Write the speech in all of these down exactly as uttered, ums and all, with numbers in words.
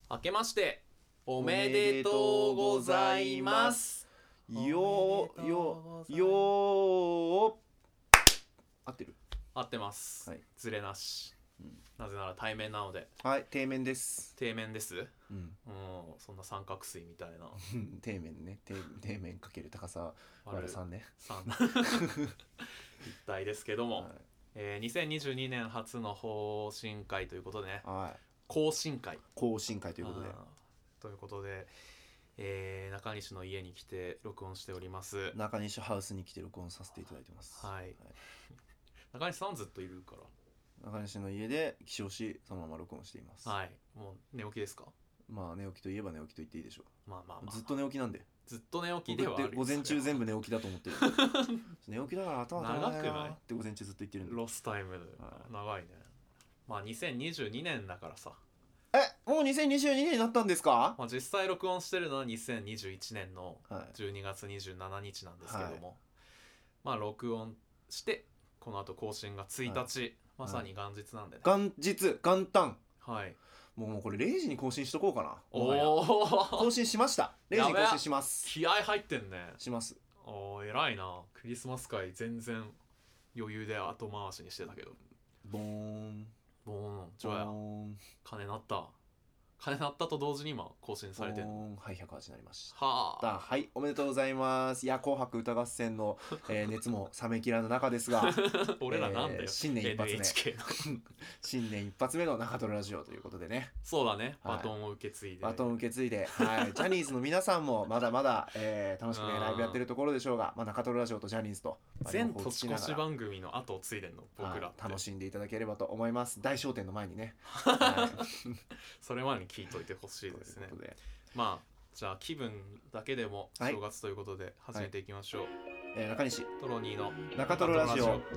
明けましておめでとうございます。 よーよーよー合ってる？ 合ってます、 はい、 ズレなし、うん、なぜなら対面なので。 はい、底面です。 底面です。 うん、 もうそんな三角錐みたいな底面ね、底, 底面かける高さ割るさんね。 さん一体ですけども、はい、えー、にせんにじゅうにねん初の方針会ということでね、はい、更新会更新会ということでということで、えー、中西の家に来て録音しております。 中西ハウスに来て録音させていただいてます。 はい、はい、中西さんずっといるから中西の家で起床しそのまま録音しています。 はい。もう寝起きですか？ まあ寝起きといえば寝起きと言っていいでしょう。 まあまあまあずっと寝起きなんで。 ずっと寝起きではある。 午前中全部寝起きだと思ってる寝起きだから頭長くないって午前中ずっと言ってるんで。 ロスタイム、はい、長いね。まあにせんにじゅうにねんだからさ。 え、もうにせんにじゅうにねんになったんですか？ まあ、実際録音してるのはにせんにじゅういちねんのじゅうにがつにじゅうしちにちなんですけども、はい、まあ録音してこの後更新がついたち、はい、まさに元日なんでね。 元日元旦、 はい。 もうこれれいじに更新しとこうかな。 おお更新しました。れいじに更新します。 気合入ってんね。 します。 おー偉いな。クリスマス会全然余裕で後回しにしてたけど。 ボーンボーンジョヤ金なった金なったと同時に今更新されてるの。 はい、ひゃくはちになりました。 はあ、 はい、おめでとうございます。いや、紅白歌合戦の、えー、熱も冷めきらぬ中ですが俺らなんだよ、えー、 新年一発目エヌエイチケー の新年一発目の中トロラジオということでね。 そうだね、バトンを受け継いで、 はい、バトンを受け継いで、はい、ジャニーズの皆さんもまだまだ、えー、楽しくねライブやってるところでしょうが、まあ、中トロラジオとジャニーズと全年越し番組の後を継いでんの僕らって、 はい、楽しんでいただければと思います。大商店の前にね、 はい、それ前に聞いといてほしいですね。まあじゃあ気分だけでも正月ということで始めていきましょう。はい、 えー、中西トロニーの中トロラジオ。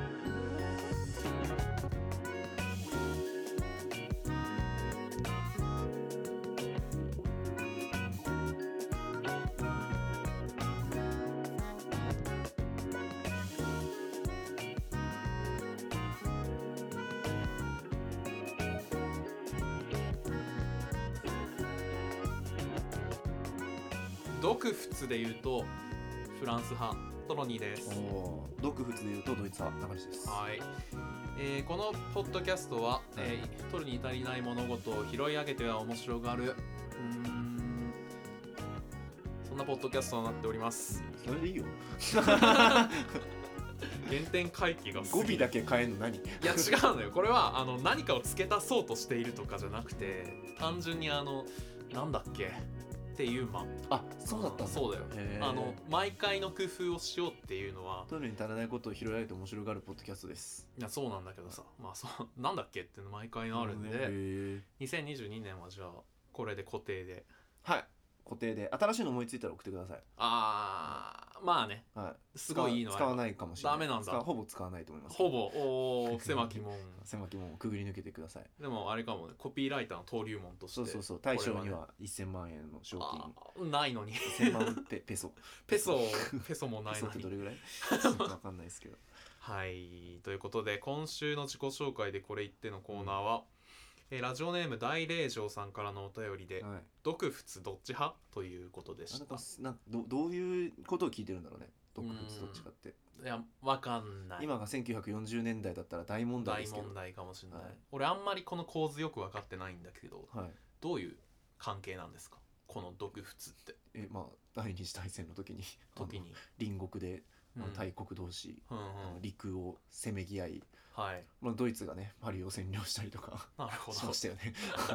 独仏で言うとフランス派トロニーです。 独仏で言うとドイツ派中西です。 はい、えー、このポッドキャストは、えー、取るに足りない物事を拾い上げては面白がる、うーんそんなポッドキャストになっております。 それでいいよ原点回帰が語尾だけ変えんの何？いや違うのよ。これはあの何かを付け足そうとしているとかじゃなくて、単純にあのなんだっけっていうまあ、そうだったんだ。 そうだよ。あの毎回の工夫をしようっていうのは取るに足らないことを拾い上げて面白がるポッドキャストです。 いやそうなんだけどさ、まあそうなんだっけっていうの毎回のあるんで、にせんにじゅうにねんはじゃあこれで固定で、 はい固定で、新しいの思いついたら送ってください。 あーまあね、はい、すごいいいのは使わないかもしれない。 ダメなんだ。 ほぼ使わないと思います。 ほぼお狭き門狭き門をくぐり抜けてください。 でもあれかもね、コピーライターの登竜門として。 そうそうそう、大賞にはせんまんえんの賞金ないのにせんまんペ, ペソペソペソもないのに。 ペソってどれぐらいわかんないですけどはいということで、今週の自己紹介でこれ言ってのコーナーは、うんえー、ラジオネーム大霊城さんからのお便りで、はい、独仏どっち派ということでした。 なんか ど, どういうことを聞いてるんだろうね、独仏どっちかって。 いやわかんない。 今がせんきゅうひゃくよんじゅうねんだいだったら大問題ですけど。 大問題かもしれない、はい、俺あんまりこの構図よく分かってないんだけど、はい、どういう関係なんですかこの独仏って。 えまあ第二次大戦の時に時に隣国で、うん、大国同士、うんうん、陸をせめぎ合い、はいまあ、ドイツがねパリを占領したりとかなるほどしましたよね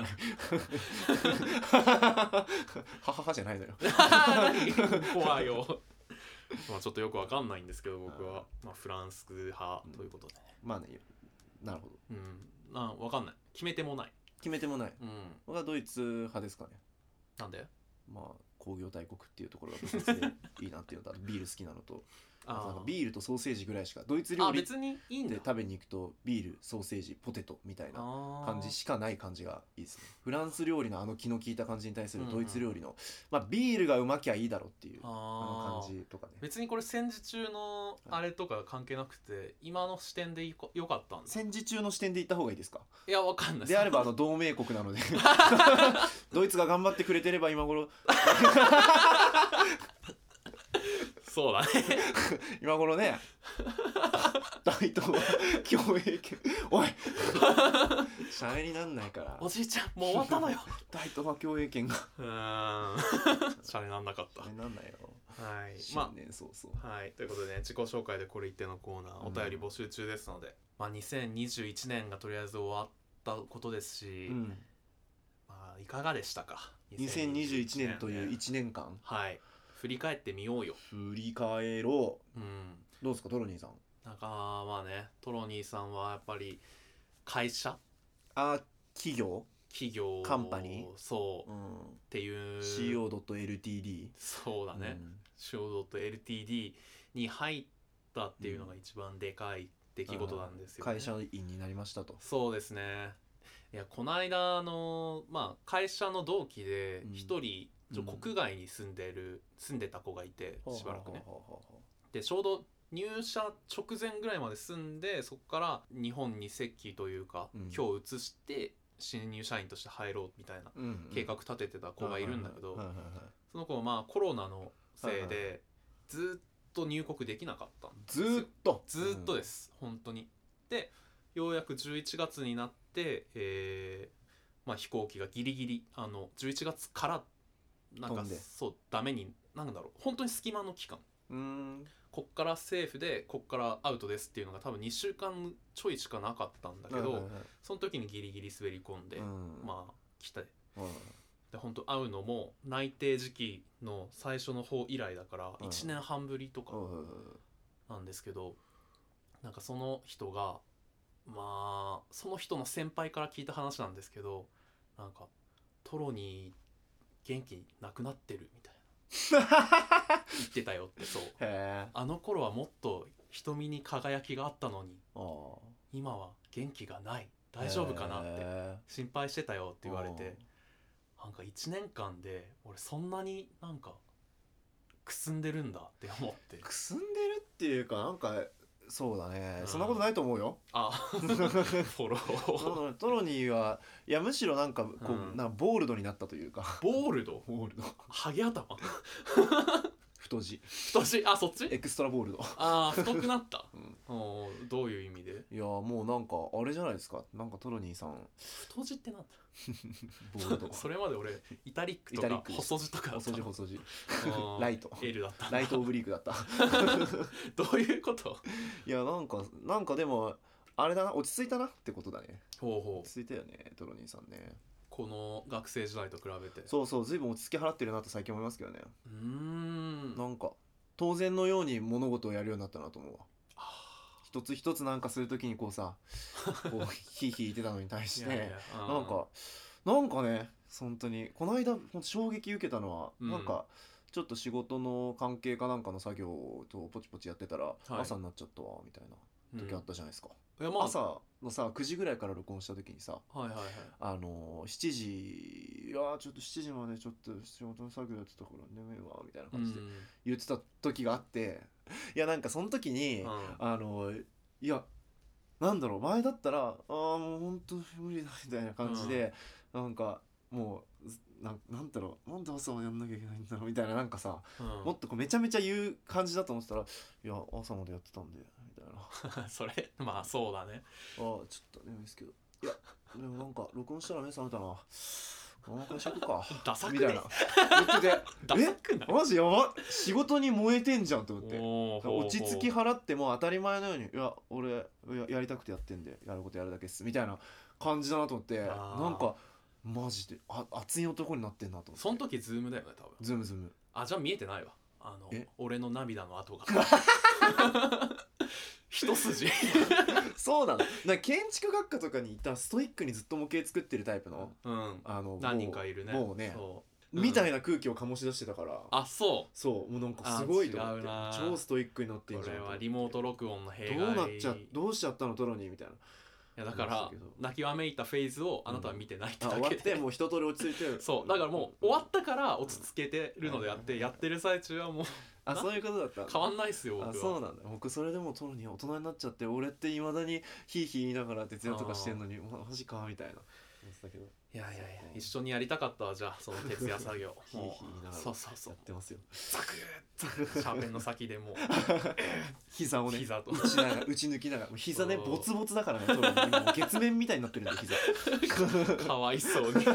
はははじゃないのよ怖いよまあちょっとよくわかんないんですけど僕は、まあ、フランス派ということで、ねうん、まあねなるほど、 うん、なわかんない決め手もない決め手もない、うん、僕はドイツ派ですかね。 なんで？ まあ工業大国っていうところが部活でいいなっていうのとあとビール好きなのとあとなんかビールとソーセージぐらいしかドイツ料理で食べに行くとビールソーセージポテトみたいな感じしかない感じがいいですね。フランス料理のあの気の利いた感じに対するドイツ料理の、うんうん、まあビールがうまきゃいいだろうっていうあの感じとかね。 別にこれ戦時中のあれとか関係なくて、はい、今の視点でよかったんです。 戦時中の視点で行った方がいいですか。 いやわかんないであればあの同盟国なのでドイツが頑張ってくれてれば今頃そうだね今頃ね大東共栄圏おいシャレになんないからおじいちゃんもう終わったのよ大東亜共栄圏がうーんシャレなんなかったシャレなんないよはい新年早々、 まあ、はいということでね自己紹介でこれ言ってのコーナーお便り募集中ですので、うんまあ、にせんにじゅういちねんがとりあえず終わったことですし、うんまあ、いかがでしたかにせんにじゅういちねんといういちねんかんはい振り返ってみようよ。 振り返ろう、うん、どうですかトロニーさん。 なんかまあねトロニーさんはやっぱり会社あ企業企業カンパニーそう、うん、っていうシーオードットエルティーディーそうだね、うん、シーオードットエルティーディー に入ったっていうのが一番でかい出来事なんですよ、ねうん、会社員になりましたと。 そうですね。いやこの間の、まあ、会社の同期で一人、うん、国外に住んでる、うん、住んでた子がいてしばらくねでちょうど入社直前ぐらいまで住んでそこから日本に籍というか、うん、今日移して新入社員として入ろうみたいな計画立ててた子がいるんだけどその子はまあコロナのせいでずっと入国できなかったんですよ。 ずっとずっとです、うん、本当に。でようやくじゅういちがつになって、えーまあ、飛行機がギリギリあのじゅういちがつからなんかそうダメになんだろう本当に隙間の期間うーんこっからセーフでこっからアウトですっていうのが多分にしゅうかんちょいしかなかったんだけど、はいはいはい、その時にギリギリ滑り込んで、うん、まあ来て、うん、で本当会うのも内定時期の最初の方以来だからいちねんはんぶりとかなんですけど、なんかその人がまあその人の先輩から聞いた話なんですけどなんかトロニー元気なくなってるみたいな言ってたよって。そうへあの頃はもっと瞳に輝きがあったのに今は元気がない大丈夫かなって心配してたよって言われてなんかいちねんかんで俺そんなになんかくすんでるんだって思ってくすんでるっていうかなんかそうだね、うん、そんなことないと思うよ。あフォロートロニーはいやむしろなんかこう、うん、なんかボールドになったというかボールドボールドハゲ頭太字太字あそっちエクストラボールドあ太くなった、うん、どういう意味で。 いやもうなんかあれじゃないですかなんかトロニーさん太字ってなんだボールドそれまで俺イタリックとか細字とかだった細字細字ライト L だったライトオブリークだったどういうこと。 いやなんかなんかでもあれだな落ち着いたなってことだね。 ほうほう落ち着いたよねトロニーさんねこの学生時代と比べて。 そうそう随分落ち着き払ってるなと最近思いますけどね。うーんなんか当然のように物事をやるようになったなと思うわ。一つ一つなんかするときにこうさこうヒーヒー言ってたのに対していやいやなんかなんかね本当にこの間衝撃受けたのは、うん、なんかちょっと仕事の関係かなんかの作業とポチポチやってたら、はい、朝になっちゃったわみたいな時あったじゃないですか、うんいやまあ、朝のさくじぐらいから録音した時にさ、はいはいはい、あのしちじいやちょっとしちじまでちょっと仕事の作業やってたから眠いわみたいな感じで言ってた時があって、うん、いやなんかその時に、うん、あのいやなんだろう前だったらああもうほんと無理だみたいな感じで、うん、なんかもうな ん, なんだろうなんで朝はやんなきゃいけないんだろうみたいななんかさ、うん、もっとこうめちゃめちゃ言う感じだと思ってたらいや朝までやってたんでみたいなそれまあそうだね。 ああちょっと眠いですけどいやでもなんか録音したら目覚めたなこの会社行くかダサくねみたいな言っててダサくないえマジやば仕事に燃えてんじゃんと思って落ち着き払っても当たり前のようにいや俺 や, やりたくてやってんでやることやるだけっすみたいな感じだなと思ってなんかマジであ熱い男になってんなと思って。 その時ズームだよね多分。 ズームズームあじゃあ見えてないわあの俺の涙の跡が一筋そうなのなんか建築学科とかにいたストイックにずっと模型作ってるタイプの、 うん、あの何人かいるね。 もうねみたいな空気を醸し出してたから、 あそうそうもうなんかすごいと思って、 違うな超ストイックになってんじゃん。 これはリモート録音の弊害。 どうなっちゃどうしちゃったのトロニーみたいな。 いやだから泣きわめいたフェーズをあなたは見てないってだけで、 うん、終わってもう一通り落ち着いてるそうだからもう終わったから落ち着けてるのであって、やってる最中はもうあそういうことだったんだ。 変わんないっすよ僕は。 あそうなんだ。僕それでもトロニー大人になっちゃって、俺っていまだにヒーヒー言いながら徹夜とかしてんのにマジかみたいな思ってたけど、 いやいやいや一緒にやりたかったわ。じゃあその徹夜作業ヒーヒー言いながらそうそうそうやってますよ。 ザクッザクッシャーペンの先でもう膝をね膝と打ちながら打ち抜きながら、もう膝ねボツボツだからねトロニー今もう月面みたいになってるんで膝かわいそうに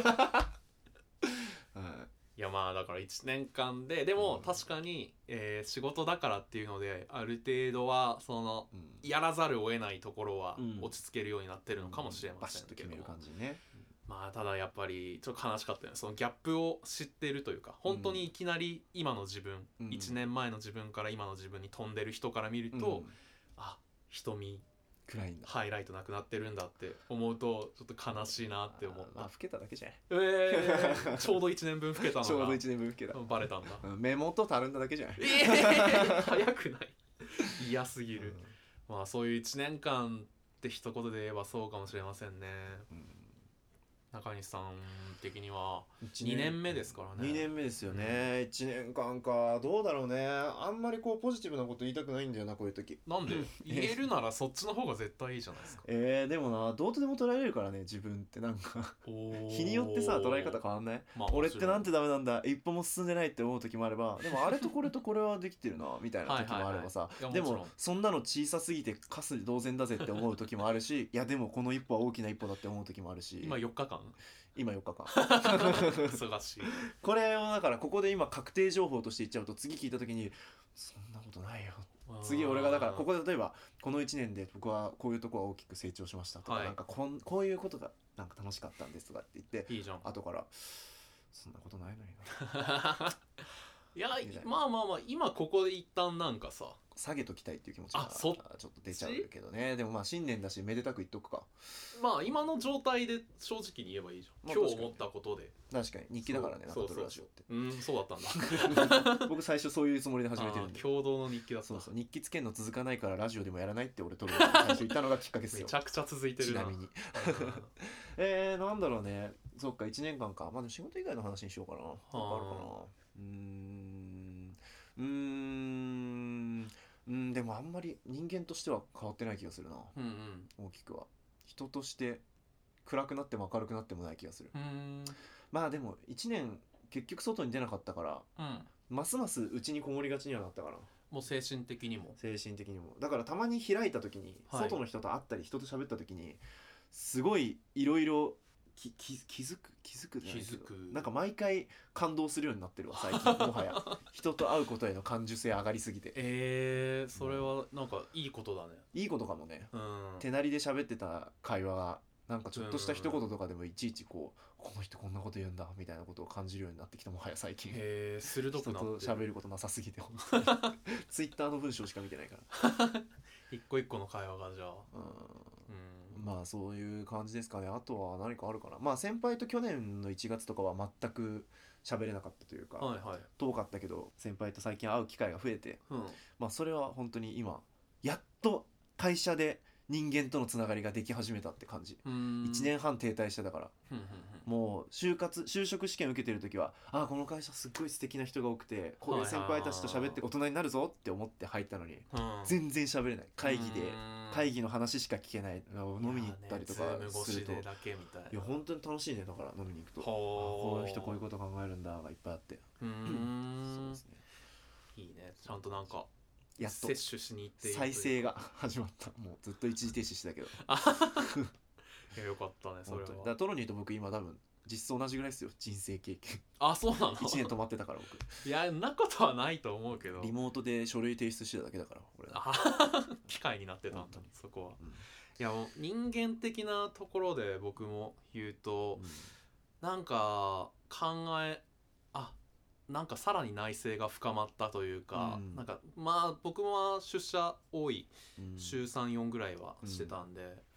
はいいやまあだからいちねんかんででも確かに、えー仕事だからっていうのである程度はそのうんやらざるを得ないところはうん落ち着けるようになってるのかもしれませんけど、 バシッと決める感じね。 まあただやっぱりちょっと悲しかったよね。そのギャップを知ってるというか、本当にいきなり今の自分、 うんいちねんまえの自分から今の自分に飛んでる人から見ると、 うんあ瞳暗いんだ。 ハイライトなくなってるんだって思うとちょっと悲しいなって思う。 まあ老けただけじゃない。 えー、ちょうどいちねんぶん老けたのがちょうどいちねんぶん老けた。 バレたんだ。 うん目元たるんだだけじゃない。 えー、早くない嫌すぎる、まあそういういちねんかんって一言で言えばそうかもしれませんね。 うん中西さん的には一にねんめですからね。 にねんめですよね、いちねんかんか。どうだろうね。あんまりこうポジティブなこと言いたくないんだよなこういう時。 なんで言えるならそっちの方が絶対いいじゃないですか。 えー、でもなどうとでも捉えれるからね自分ってなんか日によってさ捉え方変わんない、 まあ、 俺ってなんてダメなんだ一歩も進んでないって思う時もあれば、でもあれとこれとこれはできてるなみたいな時もあればさはいはいはい、 でいやもちろんもそんなの小さすぎてカス同然だぜって思う時もあるし、いやでもこの一歩は大きな一歩だって思う時もあるし。 今よっかかん今よっかかん忙しいこれをだからここで今確定情報として言っちゃうと、次聞いた時にそんなことないよ。次俺がだからここで例えばこのいちねんで僕はこういうところは大きく成長しましたとか、 はいなんかこんこういうことがなんか楽しかったんですとかって言っていいじゃん。 後からそんなことないのにないやみたいなまあまあまあ今ここで一旦なんかさ下げときたいっていう気持ちがあそっちょっと出ちゃうけどね。でもまあ新年だしめでたく言っとくか。 まあ今の状態で正直に言えばいいじゃん、 まあ今日思ったことで。 確かに日記だからねそう中トロラジオってうんそうだったんだ僕最初そういうつもりで始めてるんで。 あー共同の日記だった。 そうそう日記つけんの続かないからラジオでもやらないって俺トロラジオ最初言ったのがきっかけですよめちゃくちゃ続いてるな。 ちなみにえー、なんだろうね。そっかいちねんかんか。まあでも仕事以外の話にしようかな。なんかあるかな。うーんうーんうんでもあんまり人間としては変わってない気がするな。 うんうん大きくは人として暗くなっても明るくなってもない気がする。 うーんまあでもいちねん結局外に出なかったからうんますます内にこもりがちにはなったかな。 もう精神的にも精神的にも。だからたまに開いた時に、 はい外の人と会ったり人と喋った時にすごいいろいろ気づく気づくじゃないけど気づくなんか毎回感動するようになってるわ最近もはや人と会うことへの感受性上がりすぎて。 えー、それはなんかいいことだね。 いいことかもね。 うん手なりで喋ってた会話がなんかちょっとした一言とかでもいちいちこうこの人こんなこと言うんだみたいなことを感じるようになってきたもはや最近。 へえ鋭人くなってと喋ることなさすぎて本当にツイッターの文章しか見てないから一個一個の会話がじゃあうんうんまあそういう感じですかね。あとは何かあるかな。まあ先輩と去年のいちがつとかは全く喋れなかったというか、 はいはい遠かったけど先輩と最近会う機会が増えて、 うんまあそれは本当に今やっと会社で人間とのつながりができ始めたって感じ。 うーんいちねんはん停滞してたから、 ふんふんもう就活就職試験受けてる時はあこの会社すっごい素敵な人が多くてこういう先輩たちと喋って大人になるぞって思って入ったのにふんうん全然喋れない。会議でうーん会議の話しか聞けない。飲みに行ったりとかいやねすると、 ズーム越しでだけみたいないや本当に楽しいね。だから飲みに行くとあほーこういう人こういうこと考えるんだがいっぱいあってうーんそうですね。 いいねちゃんとなんかやっと摂取しに行っているという再生が始まった。もうずっと一時停止してたけどいやよかったねそれは本当にだからトロニーと僕今多分実質同じぐらいですよ人生経験あそうなのいちねん止まってたから僕いやんなことはないと思うけどリモートで書類提出してただけだから俺あ機械になってたんだ本当にそこは、 うんいやもう人間的なところで僕も言うと、なんか考えあなんかさらに内省が深まったというか、 うんなんかまあ僕は出社多いうん週さん、よんぐらいはしてたんで、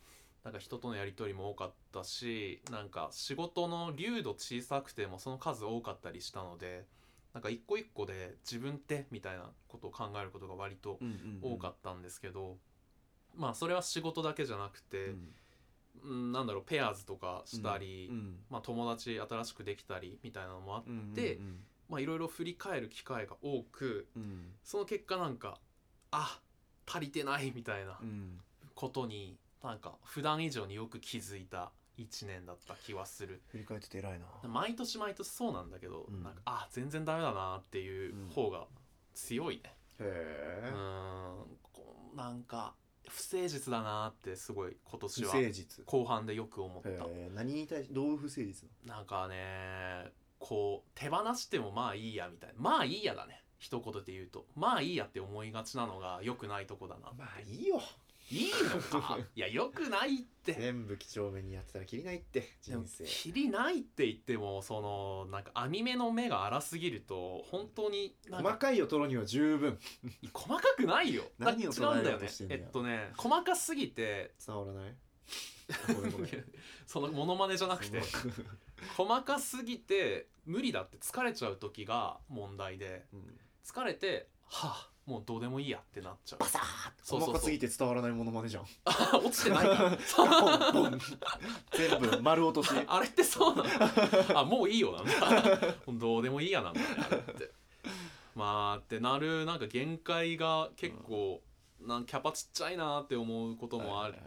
なんか人とのやり取りも多かったし、なんか仕事の流度小さくてもその数多かったりしたので、なんか一個一個で自分ってみたいなことを考えることが割と多かったんですけど、うんうんうん、まあそれは仕事だけじゃなくて、うん、なんだろう、ペアーズとかしたり、うんうん、まあ、友達新しくできたりみたいなのもあって、うんうんうん、まあいろいろ振り返る機会が多く、うん、その結果なんかあ足りてないみたいなことになんか普段以上によく気づいたいちねんだった気はする。 振り返ってて偉いな。 毎年毎年そうなんだけど、うん、なんかあ全然ダメだなっていう方が強いね、うん、へえ。うん、なんか不誠実だなってすごい今年は後半でよく思った。 へ何に対してどういう不誠実なの？なんかね、こう手放してもまあいいやみたいな、まあいいやだね、一言で言うとまあいいやって思いがちなのが良くないとこだなって。 まあいいよ。 いいのかいや良くないって。 全部几帳面にやってたらキリないって。人生キリないって言っても、そのなんか網目の目が荒すぎると本当になんか細かいよ取るには十分細かくないよ。 何を捉えようとしてんだよ。 えっとね細かすぎて伝わらないごめんごめんそのモノマネじゃなくて細かすぎて無理だって疲れちゃう時が問題で、うん、疲れてはあもうどうでもいいやってなっちゃう。 バサーッそうそうそう細かすぎて伝わらないモノマネじゃん落ちてないからボンボン全部丸落としあれってそうなのあもういいよなんだどうでもいいやなんだねあれってまあってなるなんか限界が結構、うん、なんキャパちっちゃいなって思うこともあって、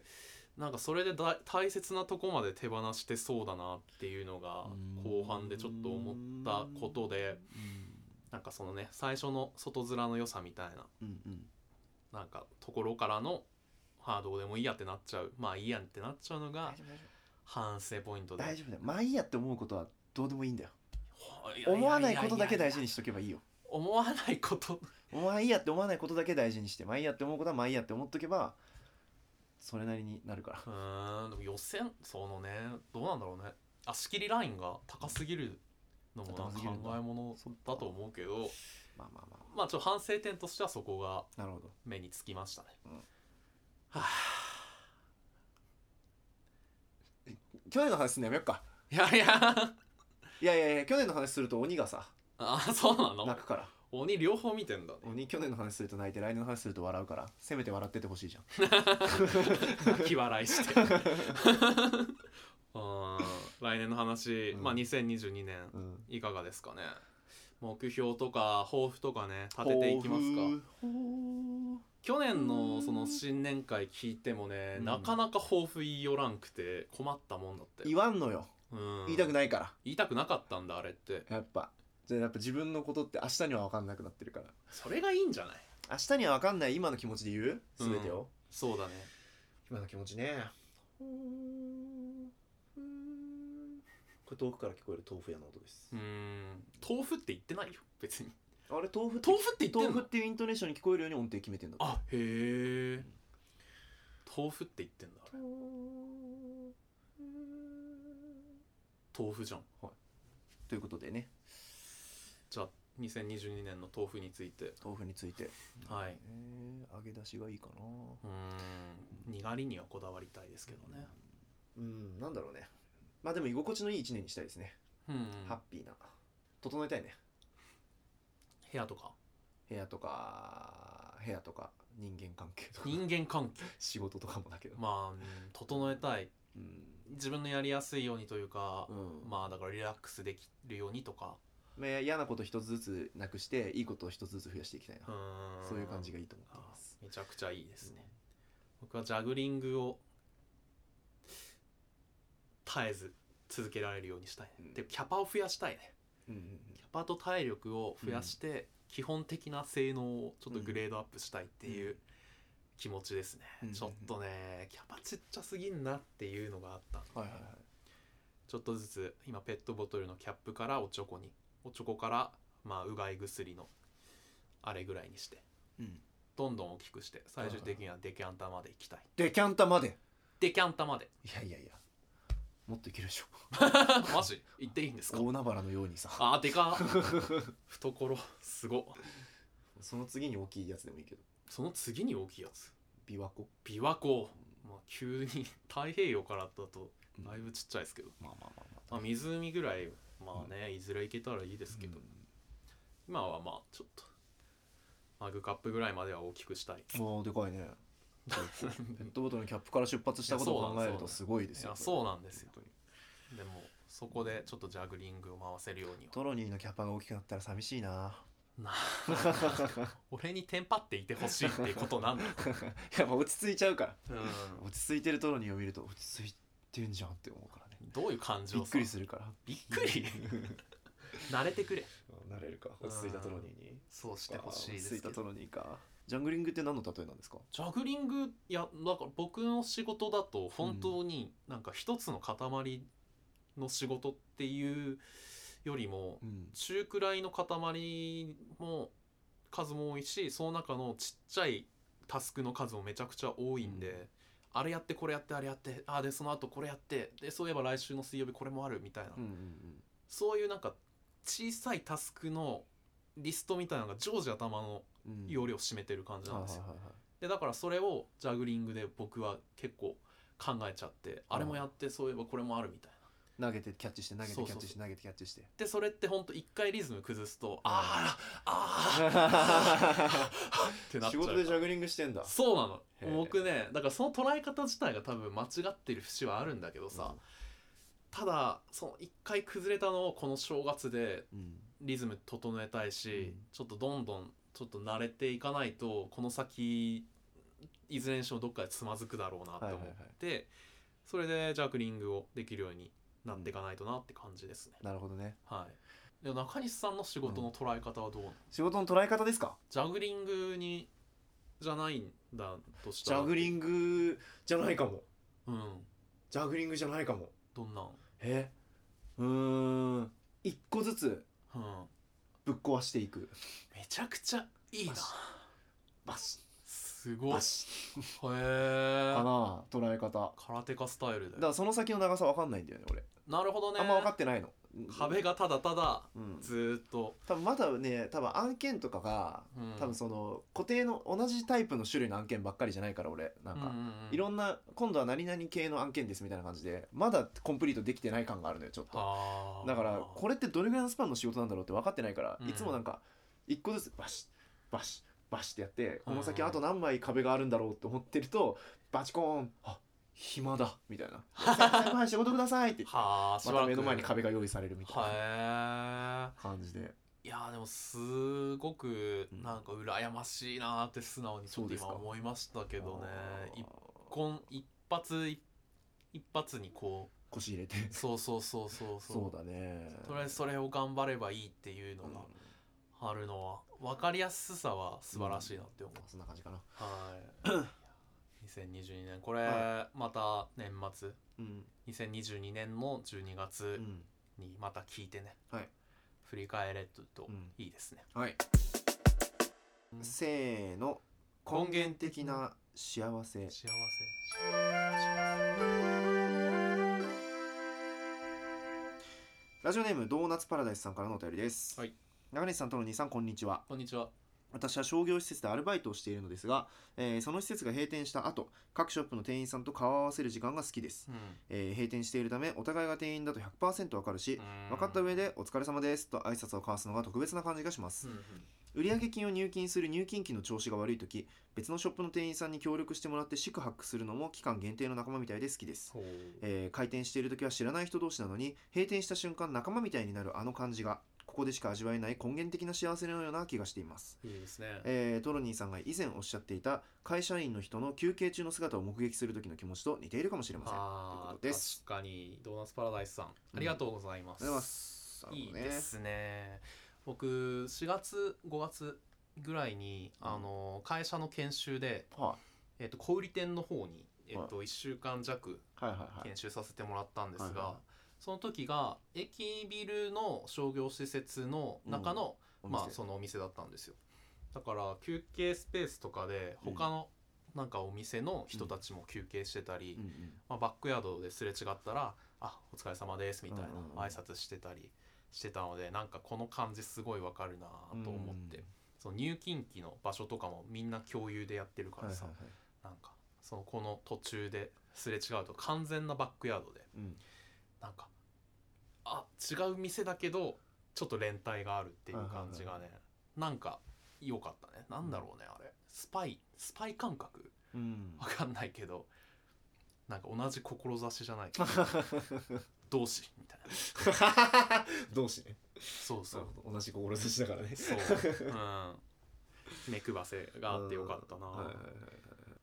なんかそれでだ大切なとこまで手放してそうだなっていうのが後半でちょっと思ったことで、なんかそのね最初の外面の良さみたいな、うんうん、なんかところからのはあどうでもいいやってなっちゃう、まあいいやんってなっちゃうのが反省ポイントで。 大丈夫だよ、まあいいやって思うことはどうでもいいんだよ。思わないことだけ大事にしとけばいいよ。 思わないことお前いいやって思わないことだけ大事にして、まあいいやって思うことはまあいいやって思っとけばそれなりになるから。 うーんでも予選そのねどうなんだろうね、足切りラインが高すぎるのも考え物だと思うけど、まあまあまあまあちょっと反省点としてはそこが目につきましたね。うん、はあ、 去年の話すんのやめよっか。 いやいやいやいやいや去年の話すると鬼がさあそうなの泣くから。 鬼両方見てんだ、ね、 鬼去年の話すると泣いて来年の話すると笑うから、せめて笑っててほしいじゃん泣き笑いしてあ来年の話、うん、まあにせんにじゅうにねん、うん、いかがですかね。目標とか抱負とかね立てていきますか。去年のその新年会聞いてもね、うん、なかなか抱負言いよらんくて困ったもんだって。 言わんのよ、うん、言いたくないから。 言いたくなかったんだあれって。 やっぱじゃあやっぱ自分のことって明日には分かんなくなってるから。 それがいいんじゃない。 明日には分かんない今の気持ちで言う全てを、うん、 そうだね今の気持ちね。これ遠くから聞こえる豆腐屋の音です。 うーん豆腐って言ってないよ別に。 あれ豆腐って豆腐って言ってんの。 豆腐っていうイントネーションに聞こえるように音程決めてんだって。 あへえ、うん、豆腐って言ってんだあれ。豆腐じゃん、 はい、ということでね、 じゃあにせんにじゅうにねんの豆腐について豆腐についてはい、 えー、揚げ出しがいいかな。 うーんにがりにはこだわりたいですけどね。 うん、うんなんだろうね。まあでも居心地のいいいちねんにしたいですね。うん、うん、ハッピーな整えたいね。 部屋とか部屋とか部屋とか人間関係とか人間関係仕事とかもだけどまあ、うん、整えたい、うん、自分のやりやすいようにというか、うん、まあだからリラックスできるようにとか、 まあ、嫌なこと一つずつなくしていいことを一つずつ増やしていきたいな。うんそういう感じがいいと思っています。 めちゃくちゃいいですね、うん、僕はジャグリングを絶えず続けられるようにしたいね、うん、でキャパを増やしたいね、うんうんうん、キャパと体力を増やして、うん、基本的な性能をちょっとグレードアップしたいっていう気持ちですね、うん、ちょっとねキャパちっちゃすぎんなっていうのがあった、はいはいはい、ちょっとずつ今ペットボトルのキャップからおちょこにおちょこからまあうがい薬のあれぐらいにして、うん、どんどん大きくして最終的にはデキャンタまで行きたい。 デキャンタまでデキャンタまでいやいやいやもっといけるでしょマジ言っていいんですか。 大海原のようにさあでか懐すご。 その次に大きいやつでもいいけど。 その次に大きいやつ琵琶湖琵琶湖まあ急に太平洋からだとだいぶちっちゃいですけど、 まあまあまあまあ、 まあ、湖ぐらいまあね、うん、いずれ行けたらいいですけど、うん、今はまあちょっとマグカップぐらいまでは大きくしたい。 おーでかいねペットボトルのキャップから出発したことを考えるとすごいですよ。 いやそうなんですよ。でもそこでちょっとジャグリングを回せるようには。 トロニーのキャパが大きくなったら寂しいな。 な俺にテンパっていてほしいっていうことなんだ。いや落ち着いちゃうから、 うん、 落ち着いてるトロニーを見ると落ち着いてんじゃんって思うからね。 どういう感情さ。 びっくりするから。 びっくり慣れてくれ。 慣れるか。落ち着いたトロニーに、 うん、そうしてほしいですけど。 落ち着いたトロニーか。ジャグリングって何の例えなんですか？ ジャグリング、いやだから僕の仕事だと本当になんか一つの塊の仕事っていうよりも、うん、中くらいの塊も数も多いし、その中のちっちゃいタスクの数もめちゃくちゃ多いんで、うん、あれやってこれやってあれやって、あでその後これやって、でそういえば来週の水曜日これもあるみたいな、うんうんうん、そういうなんか小さいタスクのリストみたいなのが常時頭の容量を占めてる感じなんですよ、うん、でだからそれをジャグリングで僕は結構考えちゃって、あれもやってそういえばこれもあるみたいな、 投げてキャッチして投げてキャッチして投げてキャッチして、 でそれってほんと一回リズム崩すと、あーあーってなっちゃう。 仕事でジャグリングしてんだ。 そうなの。僕ねだからその捉え方自体が多分間違ってる節はあるんだけどさ、うん、ただその一回崩れたのをこの正月でリズム整えたいし、うん、ちょっとどんどんちょっと慣れていかないとこの先いずれにしてもどっかでつまずくだろうなと思って、はいはいはい、それでジャグリングをできるようになっていかないとなって感じですね、 うん、なるほどね。 はい。で中西さんの仕事の捉え方はどうなの、うん、 仕事の捉え方ですか？ ジャグリングにじゃないんだとしたら。 ジャグリングじゃないかも。 うん。 ジャグリングじゃないかも。 どんなん？ えうーん一個ずつぶっ壊していく、うん、 めちゃくちゃいいな。 バシッすごい。 バシッへえかな捉え方。 空手家スタイルで。 だからその先の長さ分かんないんだよね俺。 なるほどね。 あんま分かってないの。 壁がただただずっと、 うん、多分まだね多分案件とかが、うん、多分その固定の同じタイプの種類の案件ばっかりじゃないから俺なんか、うんうんうん、いろんな今度は何々系の案件ですみたいな感じでまだコンプリートできてない感があるのよちょっと。だからこれってどれぐらいのスパンの仕事なんだろうって分かってないから、うん、いつもなんか一個ずつバシッバシッバシッってやってこの先あと何枚壁があるんだろうって思ってるとバチコーンあ暇だみたいな先輩仕事くださいって言ってはまた目の前に壁が用意されるみたいな感じで。 いやでもすごくなんか羨ましいなって素直にちょっと今思いましたけどね。一本一発一発にこう腰入れてそうそうそうそうそうだね。 とりあえずそれを頑張ればいいっていうのがあるのは分かりやすさは素晴らしいなって思う、うん、 そんな感じかな。 はいにせんにじゅうにねんこれ、はい、また年末、うん、にせんにじゅうにねんのじゅうにがつにまた聞いてね、うん、振り返れるといいですね、 うん、はい、うん、せーの根源的な幸せ。 幸せラジオネームドーナツパラダイスさんからのお便りです、 はい、 中西さんとのにさんこんにちは。 こんにちは。 私は商業施設でアルバイトをしているのですが、えー、その施設が閉店した後各ショップの店員さんと顔を合わせる時間が好きです、うんえー、閉店しているためお互いが店員だと ひゃくパーセント 分かるし分かった上でお疲れ様ですと挨拶を交わすのが特別な感じがします、うんうん、売上金を入金する入金機の調子が悪いとき別のショップの店員さんに協力してもらって四苦八苦するのも期間限定の仲間みたいで好きです、えー、開店しているときは知らない人同士なのに閉店した瞬間仲間みたいになるあの感じがここでしか味わえない根源的な幸せのような気がしています。 いいですね。 えー、トロニーさんが以前おっしゃっていた会社員の人の休憩中の姿を目撃する時の気持ちと似ているかもしれません。 あということです。確かにドーナツパラダイスさん、ありがとうございます。 うん、ありがとうございます。 いいですね。僕しがつごがつぐらいに、うん、あの会社の研修で、はえー、と小売店の方に、えー、とはい、いっしゅうかん弱研修させてもらったんですが、はいはいはい、その時が駅ビルの商業施設の中の、うん、まあそのお店だったんですよ。だから休憩スペースとかで他のなんかお店の人たちも休憩してたり、うんうんまあ、バックヤードですれ違ったらあお疲れ様ですみたいな挨拶してたりしてたので、なんかこの感じすごいわかるなと思って、うん、その入金機の場所とかもみんな共有でやってるからさ、はいはいはい、なんかそのこの途中ですれ違うと完全なバックヤードで、 うん、なんかあ違う店だけどちょっと連帯があるっていう感じがね、はいはいはい、なんか良かったね。なんだろうね、あれスパイスパイ感覚、うん、わかんないけどなんか同じ志じゃない同志みたいな同志ね、 そうそう同じ志だからね、 そう、うん、目配せがあってよかったな、はいはいはい、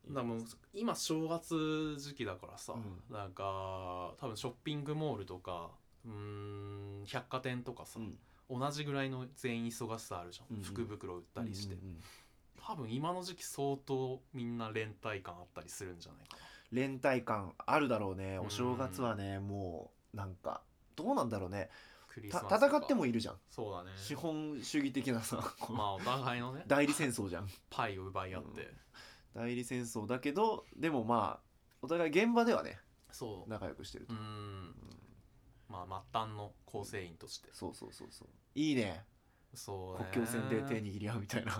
だもう今正月時期だからさ、うん、なんか多分ショッピングモールとかうーん百貨店とかさ、うん、同じぐらいの全員忙しさあるじゃん、うんうん、福袋売ったりして、うんうんうん、多分今の時期相当みんな連帯感あったりするんじゃないかな。 連帯感あるだろうね。お正月はね、もうなんかどうなんだろうね、戦ってもいるじゃん。 そうだね、 資本主義的なさまあお互いのね代理戦争じゃんパイを奪い合って、 うん、代理戦争だけどでもまあお互い現場ではねそう仲良くしてると、うん、うん、 まあ末端の構成員として、 そうそうそうそういいね。 そうね、 国境線で手握り合うみたいな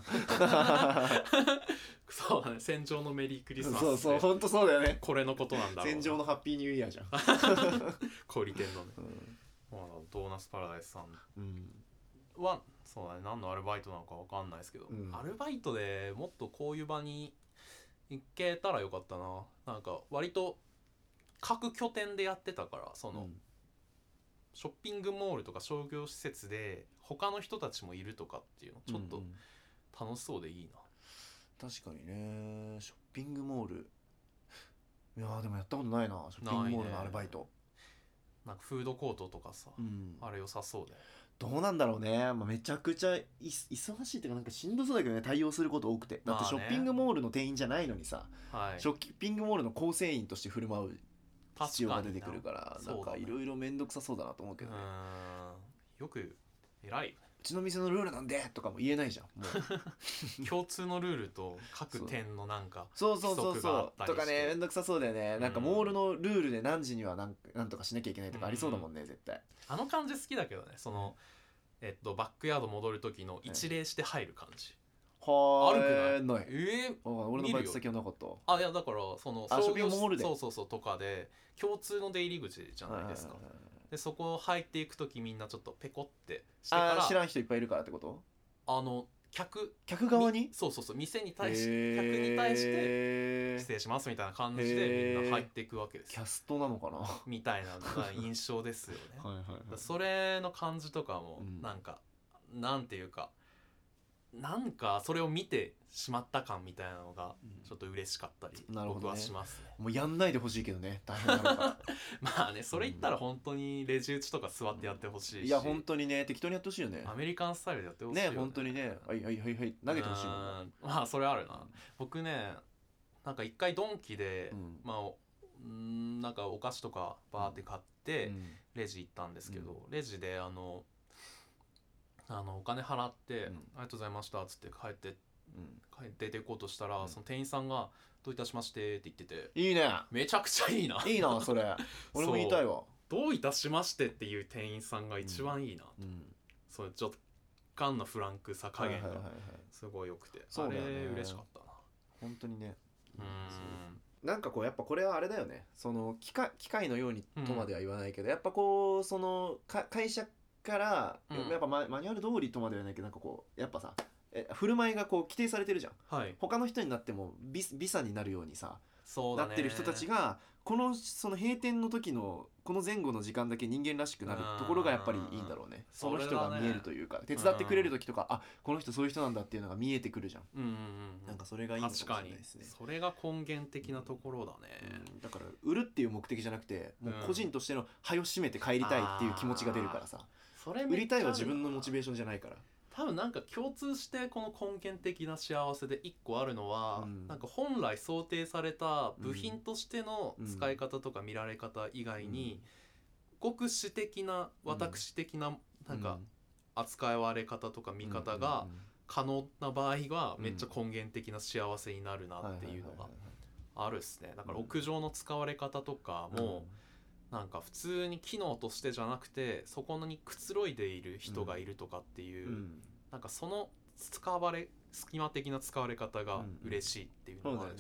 そうだね、戦場のメリークリスマス、 そうそう本当そうだよね、 これのことなんだろうな、 戦場のハッピーニューイヤーじゃん小売店のね、うん、まあ、ドーナツパラダイスさんは、うん、そうだね、何のアルバイトなのか分かんないですけど、うん、アルバイトでもっとこういう場に行けたらよかったな。なんか割と各拠点でやってたから、その、うん、ショッピングモールとか商業施設で他の人たちもいるとかっていうのちょっと楽しそうでいいな、 うんうん、確かにね。ショッピングモール、いやでもやったことないな、ショッピングモールのアルバイト。 な, なんかフードコートとかさ、うん、あれ良さそうで。 どうなんだろうね、まあ、めちゃくちゃい忙しいっていうかなんかしんどそうだけどね、対応すること多くて。だってショッピングモールの店員じゃないのにさ、まあね、ショッピングモールの構成員として振る舞う必要が出てくるから、なんかいろいろめんどくさそうだなと思うけどね。 うん、よく偉い。 うちの店のルールなんでとかも言えないじゃんもう共通のルールと各店のなんかそうそうそうそうとかね、めんどくさそうだよね、うん、なんかモールのルールで何時には何なんとかしなきゃいけないとかありそうだもんね、うん、絶対。 あの感じ好きだけどね、その、えっと、バックヤード戻る時の一礼して入る感じ、 はあるくない？ ない。 えー、 俺のバイト先はなかった。 あ、いやだからそのショッピングモールでそうそうそうとかで共通の出入り口じゃないですか、はいはいはいはい、でそこ入っていくときみんなちょっとペコってしてから、 あ知らん人いっぱいいるからってこと？ あの客客側にそうそうそう店に対し客に対して失礼しますみたいな感じでみんな入っていくわけです。 キャストなのかなみたいな印象ですよねはいはい、はい、それの感じとかもなんか、うん、なんていうかなんかそれを見てしまった感みたいなのがちょっと嬉しかったり、うん、僕はしますね。 もうやんないでほしいけどね、大変だからまあね、それ言ったら本当にレジ打ちとか座ってやってほしいし、うん、 いや本当にね適当にやってほしいよね。 アメリカンスタイルでやってほしいよね。 ね本当にね、はいはいはいはい投げてほしいもん。 まあそれあるな、うん、僕ねなんか一回ドンキで、うん、まあんなんかお菓子とかバーって買ってレジ行ったんですけど、うん、レジであのあのお金払って、うん、ありがとうございましたっつって帰って、うん、帰って出ていこうとしたら、うん、その店員さんがどういたしましてって言ってて、 いいね、 めちゃくちゃいいないいなそれ俺も言いたいわ。 どういたしましてっていう店員さんが一番いいな、うん、それちょっと若干のフランクさ加減がすごい良くて、はいはいはいはい、あれ嬉しかったな本当にね。 うんなんかこうやっぱこれはあれだよね、その機械、機械のようにとまでは言わないけど、うん、やっぱこうそのか会社から、うん、やっぱマ, マニュアル通りとまではないけどなんかこうやっぱさえ振る舞いがこう規定されてるじゃん、はい、他の人になってもビビサになるようにさそうだ、ね、 なってる人たちがこのその閉店の時のこの前後の時間だけ人間らしくなるところがやっぱりいいんだろうね。その人が見えるというか、手伝ってくれる時とか、あこの人そういう人なんだっていうのが見えてくるじゃん、うんうんうん、なんかそれがいいのかもしれないですね。 それが根源的なところだね、 うん、だから売るっていう目的じゃなくてもう個人としての早を閉めて帰りたいっていう気持ちが出るからさ、それ売りたいは自分のモチベーションじゃないから。 多分なんか共通してこの根源的な幸せで一個あるのは、うん、なんか本来想定された部品としての使い方とか見られ方以外に、うん、ごく私的な私的ななんか扱われ方とか見方が可能な場合はめっちゃ根源的な幸せになるなっていうのがあるっすね。だから屋上の使われ方とかもなんか普通に機能としてじゃなくてそこにくつろいでいる人がいるとかっていう、うん、なんかその使われ隙間的な使われ方が嬉しいっていうのもあるし、うんうん、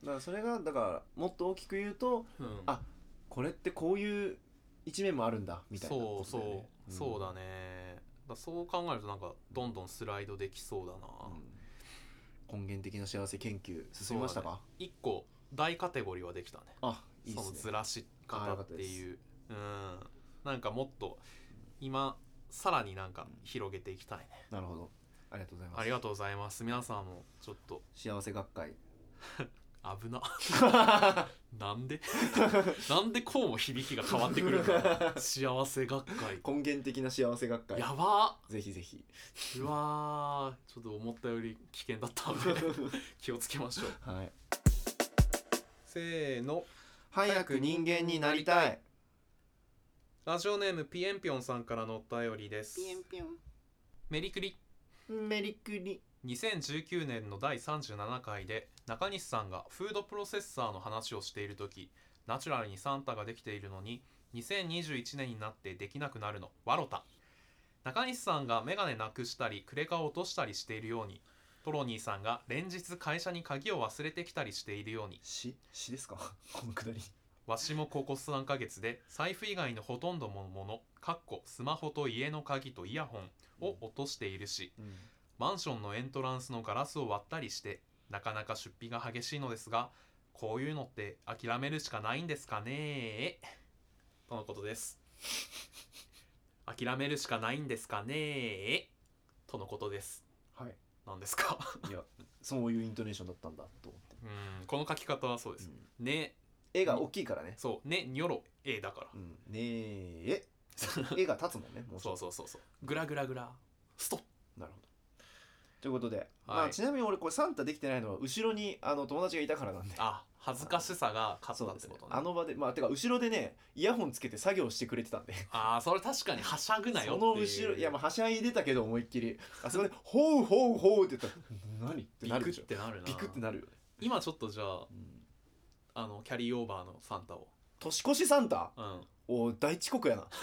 だからそれがだからもっと大きく言うと、うん、あこれってこういう一面もあるんだみたいなことだよね。 そうそう、うん、そうだね。だそう考えるとなんかどんどんスライドできそうだな、 うん、根源的な幸せ研究進みましたか？ いっこ大カテゴリーはできたね。 あいいっすね。 そのずらし方っていう、うん、なんかもっと今さらになんか広げていきたいね、 うん、なるほど、ありがとうございます。 ありがとうございます。皆さんもちょっと幸せ学会危ななんでなんでこうも響きが変わってくるんだ幸せ学会、 根源的な幸せ学会やばぜひぜひ。 うわーちょっと思ったより危険だったので気をつけましょう。はい、せーの、 早く人間になりたい。 ラジオネームピエンピョンさんからのお便りです。 ピエンピョン。 メリクリメリクリ。 にせんじゅうきゅうねんのだいさんじゅうななかいで中西さんがフードプロセッサーの話をしているとき、ナチュラルにサンタができているのににせんにじゅういちねんになってできなくなるのわろた。中西さんがメガネなくしたりクレカを落としたりしているように、トロニーさんが連日会社に鍵を忘れてきたりしているように。 ししですかこのくだり。 わしもここさんかげつで財布以外のほとんどのものかっこスマホと家の鍵とイヤホンを落としているし、うん、マンションのエントランスのガラスを割ったりしてなかなか出費が激しいのですが、こういうのって諦めるしかないんですかねとのことです。諦めるしかないんですかねとのことです。 はい、 何ですか？ いやそういうイントネーションだったんだと思って。 うん、この書き方はそうです、うん、ね、 絵が大きいからね。 そうね、にょろ絵だから、 うん、ねえ絵が立つもんね。もうそうそうそうそう、グラグラグラストップ。なるほど。 ということで、はい、まあ、ちなみに俺これサンタできてないのは後ろにあの友達がいたからなんで、 あ恥ずかしさが勝ったってことね。 あの場で、まあてか後ろでねイヤホンつけて作業してくれてたんで、 ああそれ確かにはしゃぐなよっていう。 その後ろいやまあはしゃいでたけど思いっきりあそこでほうほうほうって言ったら何ってなるでしょ。 ビクってなるな。 ビクってなるよね。 今ちょっとじゃあ、うん、あのキャリーオーバーのサンタを、 年越しサンタ、 うん、 お大遅刻やな。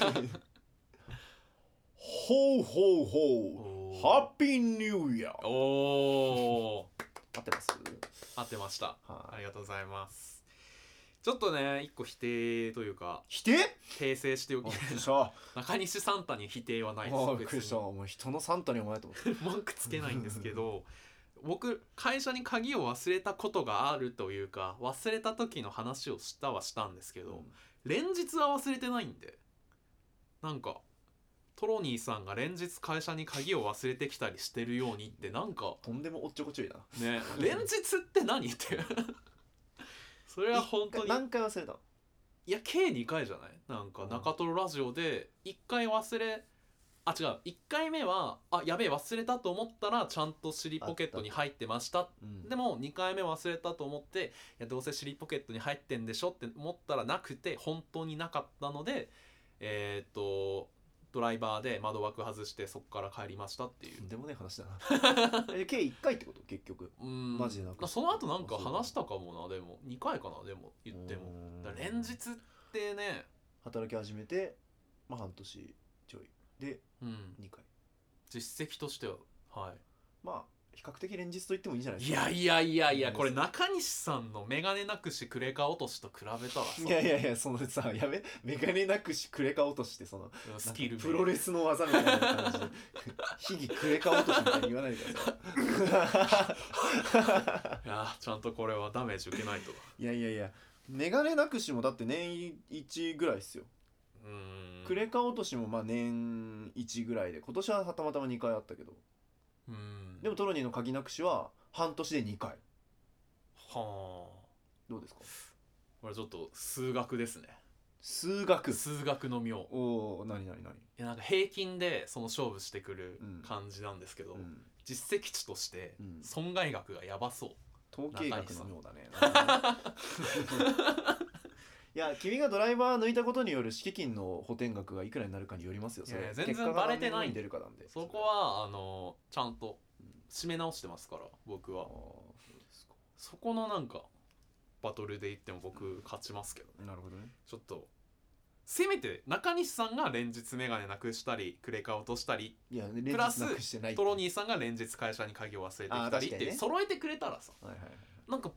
ほうほうほうハッピーニューイヤー。 おー合ってます？ 合ってました、 はあ、ありがとうございます。ちょっとね一個否定というか否定訂正しておき中西サンタに否定はないです。 あびっくりした。お前人のサンタにお前と思って文句つけないんですけど僕会社に鍵を忘れたことがあるというか忘れた時の話をしたはしたんですけど、うん、連日は忘れてないんで、なんかトロニーさんが連日会社に鍵を忘れてきたりしてるようにってなんかとんでもおっちょこちょいだね。連日って何ってそれは本当に何回忘れたの？ いや計にかいじゃない。なんか中トロラジオでいっかい忘れあ違ういっかいめはあやべえ忘れたと思ったらちゃんと尻ポケットに入ってました、うん、でもにかいめ忘れたと思っていやどうせ尻ポケットに入ってんでしょって思ったらなくて本当になかったのでえー、っとドライバーで窓枠外してそこから帰りましたっていう。 でもね話だなえ計いっかいってこと結局。 うんマジでなくその後なんか話したかもな。でもにかいかなでも言ってもだ連日ってね働き始めてまあ半年ちょいでにかい、うん、 実績としてははいまあ比較的連日と言ってもいいんじゃないですか。いやいやいやいやこれ中西さんのメガネなくしクレカ落としと比べたらさいやいやいやそのさやべメガネなくしクレカ落としってそのスキルプロレスの技みたいな感じで秘技クレカ落としみたいに言わないでください。いやちゃんとこれはダメージ受けないと。 いやいやいやメガネなくしもだって年いちぐらいっすよ。うーんクレカ落としもまあ年いちぐらいで今年はたまたまにかいあったけど、うんでもトロニーの鍵なくしは半年でにかい。 はあどうですか？ これちょっと数学ですね。 数学数学の妙。 おお何何何。いやなんか平均でその勝負してくる感じなんですけど、うん、実績値として損害額がやばそう。 統計学の妙だね。いや君がドライバー抜いたことによる敷金の補填額がいくらになるかによりますよ。それいや全然バレてないんで。かなんでそこはあのちゃんと締め直してますから僕は。そこのなんかバトルで言っても僕勝ちますけどね。 なるほどね。 ちょっとせめて中西さんが連日メガネなくしたりクレカ落としたり、 いやプラストロニーさんが連日会社に鍵を忘れてきたりって、ね、揃えてくれたらさ、はいはいはい、なんか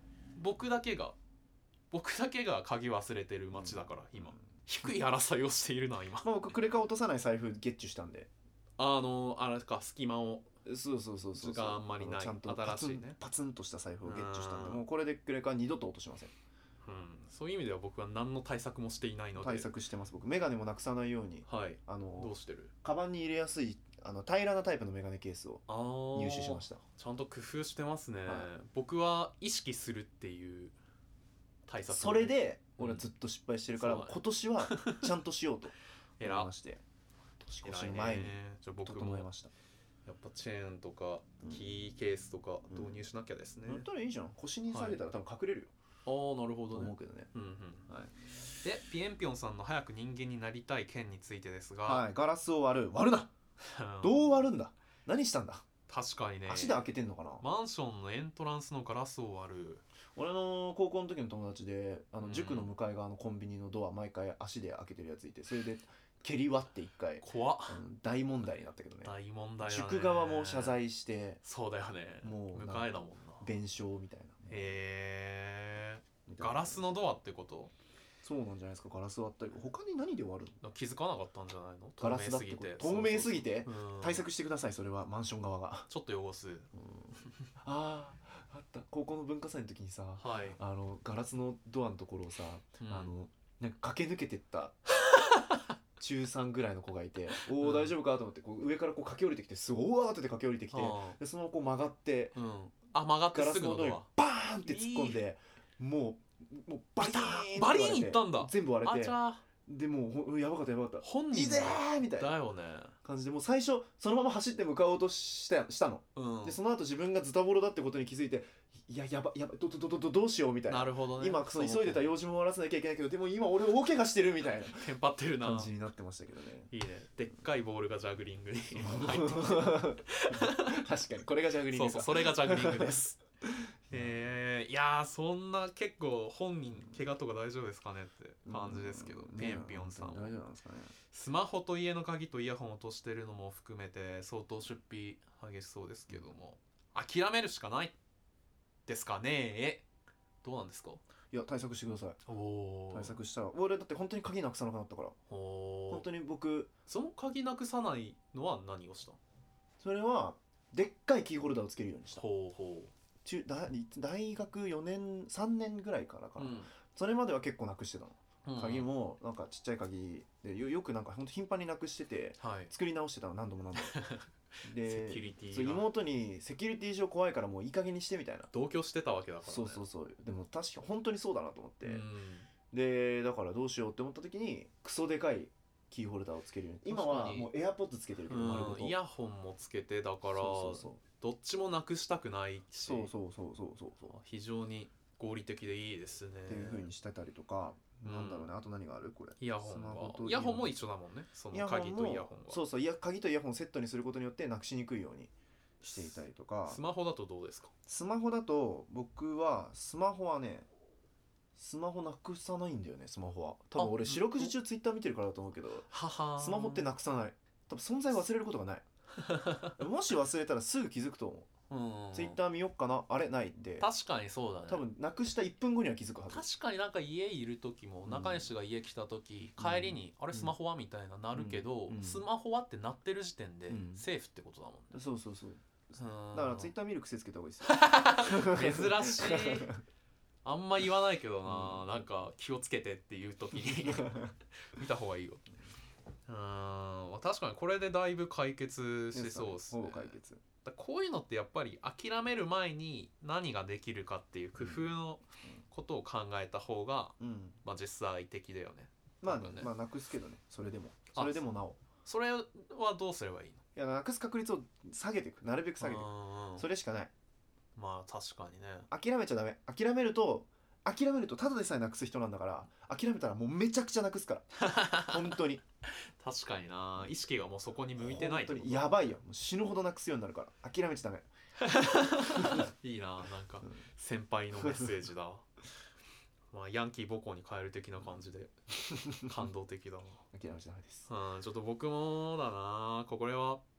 僕だけが僕だけが鍵忘れてる街だから、うん、今低い争いをしているな今。 まあ僕クレカ落とさない財布ゲッチュしたんで、 あのあれか隙間をそうそうそうそうがあんまりないちゃんと新しいねパツンとした財布をゲッチュしたんで、もうこれでクレカ二度と落としません。 うん、そういう意味では僕は何の対策もしていないので。 対策してます僕。メガネもなくさないように、 はい、 あのどうしてる？ カバンに入れやすいあの平らなタイプのメガネケースを入手しました。 ちゃんと工夫してますね、はい、僕は意識するっていう対策、ね、 それで俺はずっと失敗してるから、うん、今年はちゃんとしようと思いまして年越しの前に整えました。 やっぱチェーンとかキーケースとか導入しなきゃですね。 だったらいいじゃん。腰に下げたら多分隠れるよ。 ああなるほどね。 思うけどね。 うんうん。はい。でピエンピョンさんの早く人間になりたい件についてですが、 はい、ガラスを割る割るな。どう割るんだ。何したんだ。 確かにね。 足で開けてんのかな。 マンションのエントランスのガラスを割る。 俺の高校の時の友達であの塾の向かい側のコンビニのドア毎回足で開けてるやついて、それで蹴り割って一回怖っ、 うん、大問題になったけどね。 大問題だね。 塾側も謝罪して。 そうだよね。もう向かいだもんな。 弁償みたいな。 へえー。ガラスのドアってこと？ そうなんじゃないですか。ガラス割ったり他に何で割るの？ 気づかなかったんじゃないの？ ガラスだってこと。透明すぎて対策してください。それはマンション側がちょっと汚す、うん、あああった高校の文化祭の時にさ、 はい、 あのガラスのドアのところをさ、うん、あのなんか駆け抜けてった中さんぐらいの子がいておお大丈夫かと思ってこう上からこう駆け下りてきてすごい慌てて駆け下りてきて、でそのこう曲がって、 うん、あ曲がってすぐのドアガラスのドアにバーンって突っ込んで、もうもうバリーンバリーンいったんだ。 全部割れて、 あちゃでもうやばかったやばかった。 本人いぜーみたいなだよね感じでもう最初そのまま走って向かおうとしたしたの、うん、でその後自分がズタボロだってことに気づいて、いややばやばどどどどどうしようみたいな。 なるほどね。 今その急いでた用事も終わらせなきゃいけないけど、でも今俺大怪我してるみたいなテンパってるな感じになってましたけどね。 いいね。でっかいボールがジャグリングに入って確かにこれがジャグリングか。 そうそうそれがジャグリングですえー、いやーそんな結構本人怪我とか大丈夫ですかねって感じですけど、ピエンピョンさん大丈夫なんですかね。 スマホと家の鍵とイヤホンを落としてるのも含めて相当出費激しそうですけども、諦めるしかないですかね。どうなんですか。 いや対策してください。 お対策したら俺だって本当に鍵なくさなくなったから。お本当に僕その鍵なくさないのは何をした？ それはでっかいキーホルダーをつけるようにした。 ほうほう中大大学よねんさんねんぐらいからかな、うん、それまでは結構なくしてたの、うん、鍵もなんかちっちゃい鍵で よ, よくなんかほんと頻繁になくしてて、はい、作り直してたの何度も何度もでセキュリティが妹にセキュリティ上怖いからもういい加減にしてみたいな同居してたわけだからね。 そうそうそう。でも確か本当にそうだなと思って、うん、でだからどうしようって思った時にクソでかいキーホルダーをつけるように。今はもうエアポッドつけてるけど、丸ごとイヤホンもつけてだからそうそうそうどっちもなくしたくないし、 そうそうそうそうそうそう非常に合理的でいいですねっていう風にしてたりとか、うん、なんだろうね。あと何があるこれ。 イヤホンはイヤホンも一緒だもんね。その鍵とイヤホンはそうそういや鍵とイヤホンをセットにすることによってなくしにくいようにしていたりとか。 スマホだとどうですか。 スマホだと僕はスマホはねスマホなくさないんだよね。スマホは多分俺四六時中ツイッター見てるからだと思うけど、スマホってなくさない。多分存在忘れることがないもし忘れたらすぐ気づくと思う。うんうん、ツイッター見よっかなあれないって確かにそうだね。 多分なくしたいっぷんごには気づくはず。 確かになんか家いる時も中西が家来た時、うん、帰りに、うん、あれスマホはみたいななるけど、うん、スマホはってなってる時点で、うん、セーフってことだもんね。 そうそうそう。だからツイッター見る癖つけた方がいいですよ珍しいあんま言わないけどな、うん、なんか気をつけてっていう時に見た方がいいよ。うん確かにこれでだいぶ解決しそうですね。 ほぼ解決。 だこういうのってやっぱり諦める前に何ができるかっていう工夫のことを考えた方が、うん、まあ実際的だよね。 まあね、まあなくすけどね。それでもそれでもなおそれはどうすればいいの。 いやなくす確率を下げていく。なるべく下げていく。それしかない。 まあ確かにね。 諦めちゃダメ。諦めると諦めるとただでさえなくす人なんだから、諦めたらもうめちゃくちゃなくすから本当に確かにな。意識がもうそこに向いてない。 本当にやばいよ。もう死ぬほどなくすようになるから諦めちゃダメいいな。なんか先輩のメッセージだまあヤンキー母校に帰る的な感じで感動的だな。 諦めちゃダメです。 うんちょっと僕もだな。これは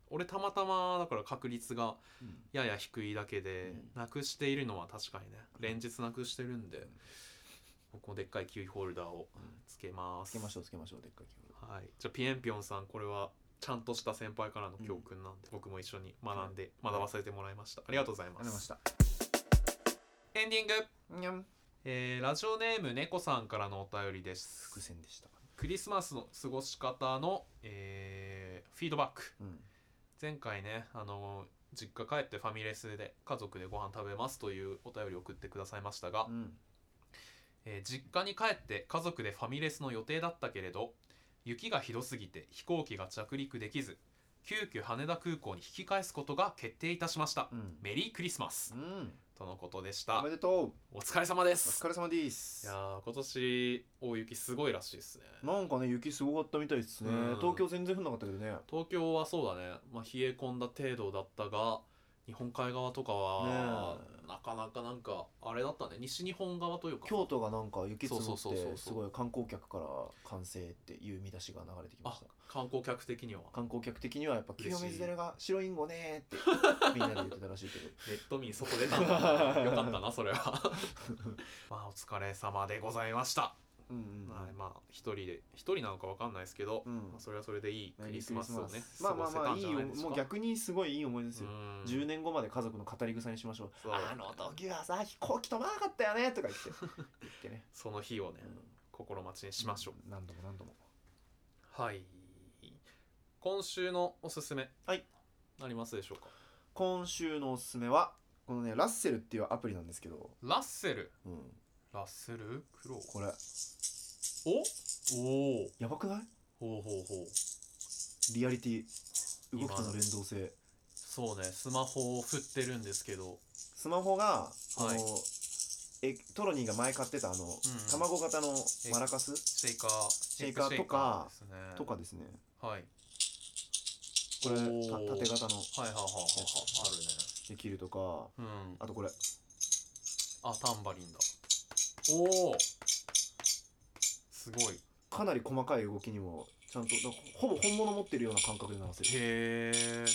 俺たまたまだから確率がうんやや低いだけで、 うんなくしているのは確かにね連日なくしてるんで、 うんこのでっかいキウイホルダーをつけます。 つけましょうつけましょうでっかいキーはい、じゃあピエンピョンさん、これはちゃんとした先輩からの教訓なんで、僕も一緒に学んで学ばせてもらいました。ありがとうございまありがとうごす。 ざいエンディング、 ましたにゃんえーラジオネーム猫さんからのお便りです。 伏線でしたクリスマスの過ごし方の、えーフィードバック。 うん前回ね、あの実家帰ってファミレスで家族でご飯食べますというお便りを送ってくださいましたが、 うんえー実家に帰って家族でファミレスの予定だったけれど、雪がひどすぎて飛行機が着陸できず、急遽羽田空港に引き返すことが決定いたしました。 うんメリークリスマスうんとのことでしおた。 めでとうお疲れ様でおす。 疲れ様ですいやー、今年大雪すごいらしいですね。 なんかね雪すごかったみたいですねうん東京全然降んなかったけどね東京はそうだね、まあ、冷え込んだ程度だったが、日本海側とかは、 ねなかなかなんかあれだったね。西日本側というか京都がなんか雪積もそうそうそうそうってすごい観光客から完成っていう見出しが流れてきまあした観光客的には観光客的にはやっぱ清嬉しい水寺が白インゴねーってみんなで言ってたらしいけどネット民外出たんだよかったなそれはまあお疲れ様でございました。 うんうんうんはい、まあ一人で一人なのかわかんないですけど、 うんまあ、それはそれでいいクリスマスをねまあまあまあ過ごせたんいいよじゃないですか。 もう逆にすごいいい思い出ですようんじゅうねんごまで家族の語り草にしましょうそうあの時はさ飛行機飛ばなかったよねとか言って言ってねその日をね、 うん心待ちにしましょう。 何度も何度もはい、今週のおすすめ、 はいありますでしょうか。 今週のおすすめはこのねラッセルっていうアプリなんですけど、 ラッセルうん、 ラッセルクロウこれおおおやばくないほうほうほう。 リアリティ動きとの連動性そうね、スマホを振ってるんですけど、 スマホが、 はいあのえトロニーが前買ってたあの、卵型のマラカスシェイカーシェイカーとかですね、 とかですねはいこれおーた縦型のはいはいはいはいはいあるね。 できるとかうん、 あとこれあタンバリンだ。おおすごい。 かなり細かい動きにもちゃんとなんかほぼ本物持ってるような感覚で鳴らせるへえ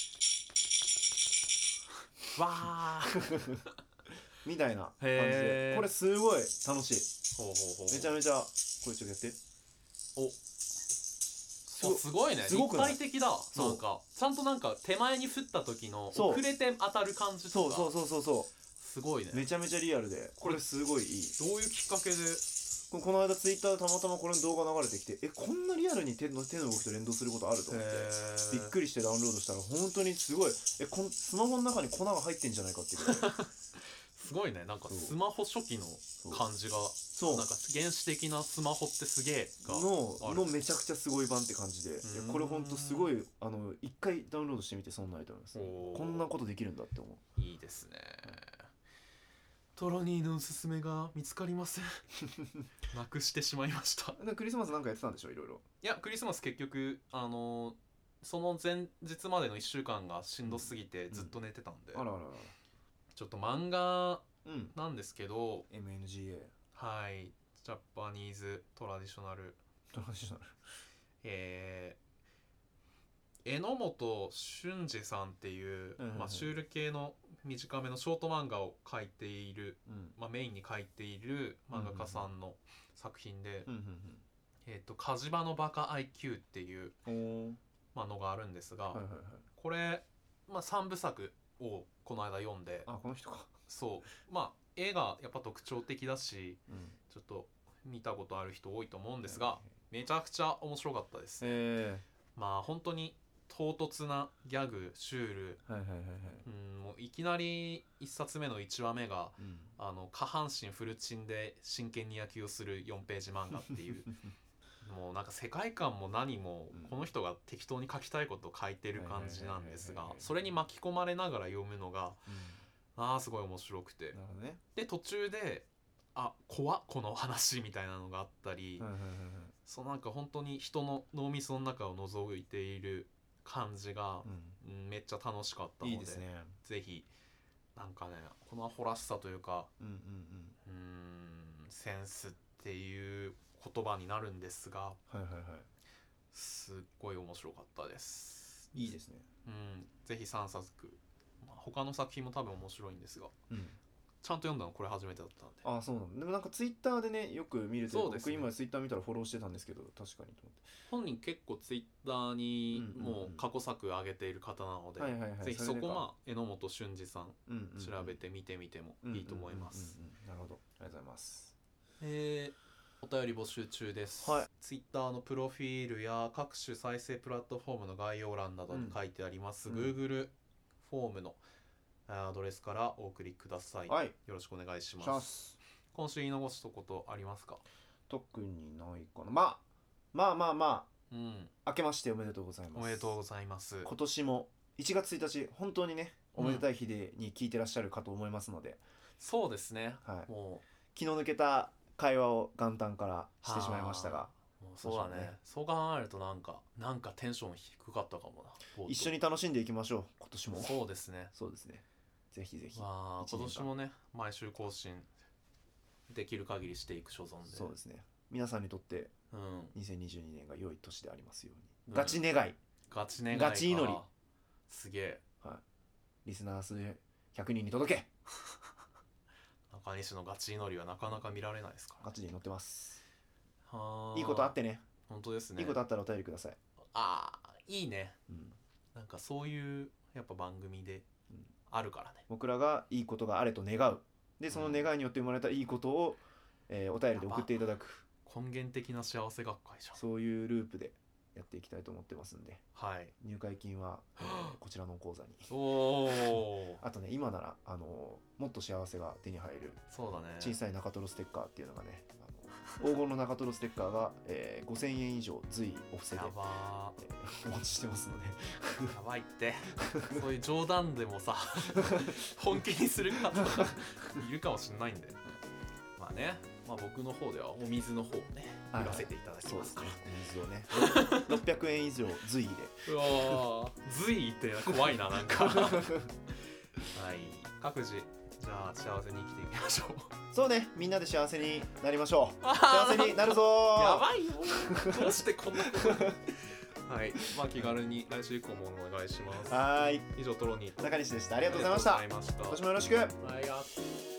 わーみたいな感じへーでこれすごい楽しいほうほうほうめちゃめちゃこれちょっとやっておすごすごいね。 すごくない立体的だ。 そうなんかちゃんとなんか手前に振った時のそう遅れて当たる感じとかそうそうそうそうそすごいね。 うめちゃめちゃリアルでこれすごいいいどういうきっかけで。 ここの間ツイッターでたまたまこれの動画流れてきてえこんなリアルに手の手の動きと連動することあると思ってびっくりしてダウンロードしたら本当にすごいえこんスマホの中に粉が入ってんじゃないかっていうぐらいすごいね。なんかそうスマホ初期の感じがそうなんか原始的なスマホってすげえがのあるのめちゃくちゃすごい版って感じでいやうんこれほんとすごいあの一回ダウンロードしてみて損ないと思いますおーこんなことできるんだって思ういいですね。トロニーのおすすめが見つかりませんなくしてしまいました。 でクリスマスなんかやってたんでしょいろいろいやクリスマス結局あのーその前日までのいっしゅうかんがしんどすぎてずっと寝てたんで、 あらあらあらちょっと漫画うんなんですけど、 エムエヌジーエーはいジャパニーズトラディショナル、 トラディショナルえー、榎本俊二さんっていう、 うんうんうんまあ、シュール系の短めのショート漫画を描いている、 うんまあ、メインに描いている漫画家さんの作品で、 うんえーと火事場のバカ アイキュー っていう、 うんうんおーまあのがあるんですが、 はいはいはいこれ、まあ、さんぶさくをこの間読んで、 あこの人かそうまあ絵がやっぱ特徴的だしうんちょっと見たことある人多いと思うんですが、めちゃくちゃ面白かったです。 えまあ本当に唐突なギャグシュール、 ー、はいはいはいはいうんもういきなりいっさつめのいちわめがうんあの下半身フルチンで真剣に野球をするよんページ漫画っていうもうなんか世界観も何もうんこの人が適当に書きたいことを書いてる感じなんですがはいはいはいはいはいそれに巻き込まれながら読むのがうんあーすごい面白くて、 なるほどねで途中であ怖っこの話みたいなのがあったり、 はいはいはいはいそうなんか本当に人の脳みその中を覗いている感じが、 ううんめっちゃ楽しかったのでんいいですねぜひなんかねこのアホらしさというかうんうんうんうーんセンスっていう言葉になるんですがはいはいはすっごい面白かったです。 いいいですねうん、ぜひさんさつ、まあ、他の作品も多分面白いんですが、 うん、 ちゃんと読んだのこれ初めてだったんで。 ああそうなの。でもなんかツイッターでねよく見ると、 ね、 僕今ツイッター見たらフォローしてたんですけど、確かにと思って。 本人結構ツイッターにもう過去作上げている方なので、ぜひそこまあ榎本俊二さん調べて見てみてもいいと思います。 なるほど、ありがとうございます。 えー、お便り募集中です、 はい、 ツイッターのプロフィールや各種再生プラットフォームの概要欄などに書いてあります、うん、Google フォームのアドレスからお送りください、はい、よろしくお願いします。今週言い残すとことありますか？ 特にないかな。まあまあまあまあ、 うん、 明けましておめでとうございます。 おめでとうございます。 今年もいちがつついたち本当にねおめでたい日でに聞いてらっしゃるかと思いますので、うん、 そうですね、 はい、 もう気の抜けた会話を元旦からしてしまいましたが、 もうそうだね、そう考えるとなんかなんかテンション低かったかもな。 一緒に楽しんでいきましょう今年も。 そうですね、 そうですね、ぜひぜひ、 まあ、今年もね毎週更新できる限りしていく所存で、 そうですね、皆さんにとってうん、 にせんにじゅうにねんが良い年でありますように、うん、ガチ願い、 ガチ願い、 ガチ祈り、 すげえ、 はい、リスナー数ひゃくにんに届け中西のガチ祈りはなかなか見られないですから、 ガチで祈ってます。 は、 いいことあってね。 本当ですね、 いいことあったらお便りください。 ああいいね、 うん、 なんかそういうやっぱ番組であるからね、うん、 僕らがいいことがあれと願う、でその願いによって生まれたいいことを、えー、お便りで送っていただく、 根源的な幸せ学会じゃん。 そういうループでやっていきたいと思ってますんで、 はい、 入会金は、えー、こちらの口座におあとね、今ならあのもっと幸せが手に入る、 そうだね、 小さい中トロステッカーっていうのがね、あの黄金の中トロステッカーが、えー、ごせんえん以上随お布施で、 やばー、えー、お待ちしてますのでやばいってそういう冗談でもさ本気にする方がいるかもしれないんで、まあね、まあ、僕の方ではお水の方をね売らせていただきますから、はい、 そうですね、お水をねろっぴゃくえん以上随意でうわ随意って怖いな、なんかはい、各自じゃあ幸せに生きていきましょう。 そうね、みんなで幸せになりましょう。幸せになるぞーやばいよどうしてこんなことはい、まあ気軽に来週以降もお願いします。 はい、 以上トロニーと中西でした。ありがとうございました。 ありがとうございました。 今年もよろしく。 はい。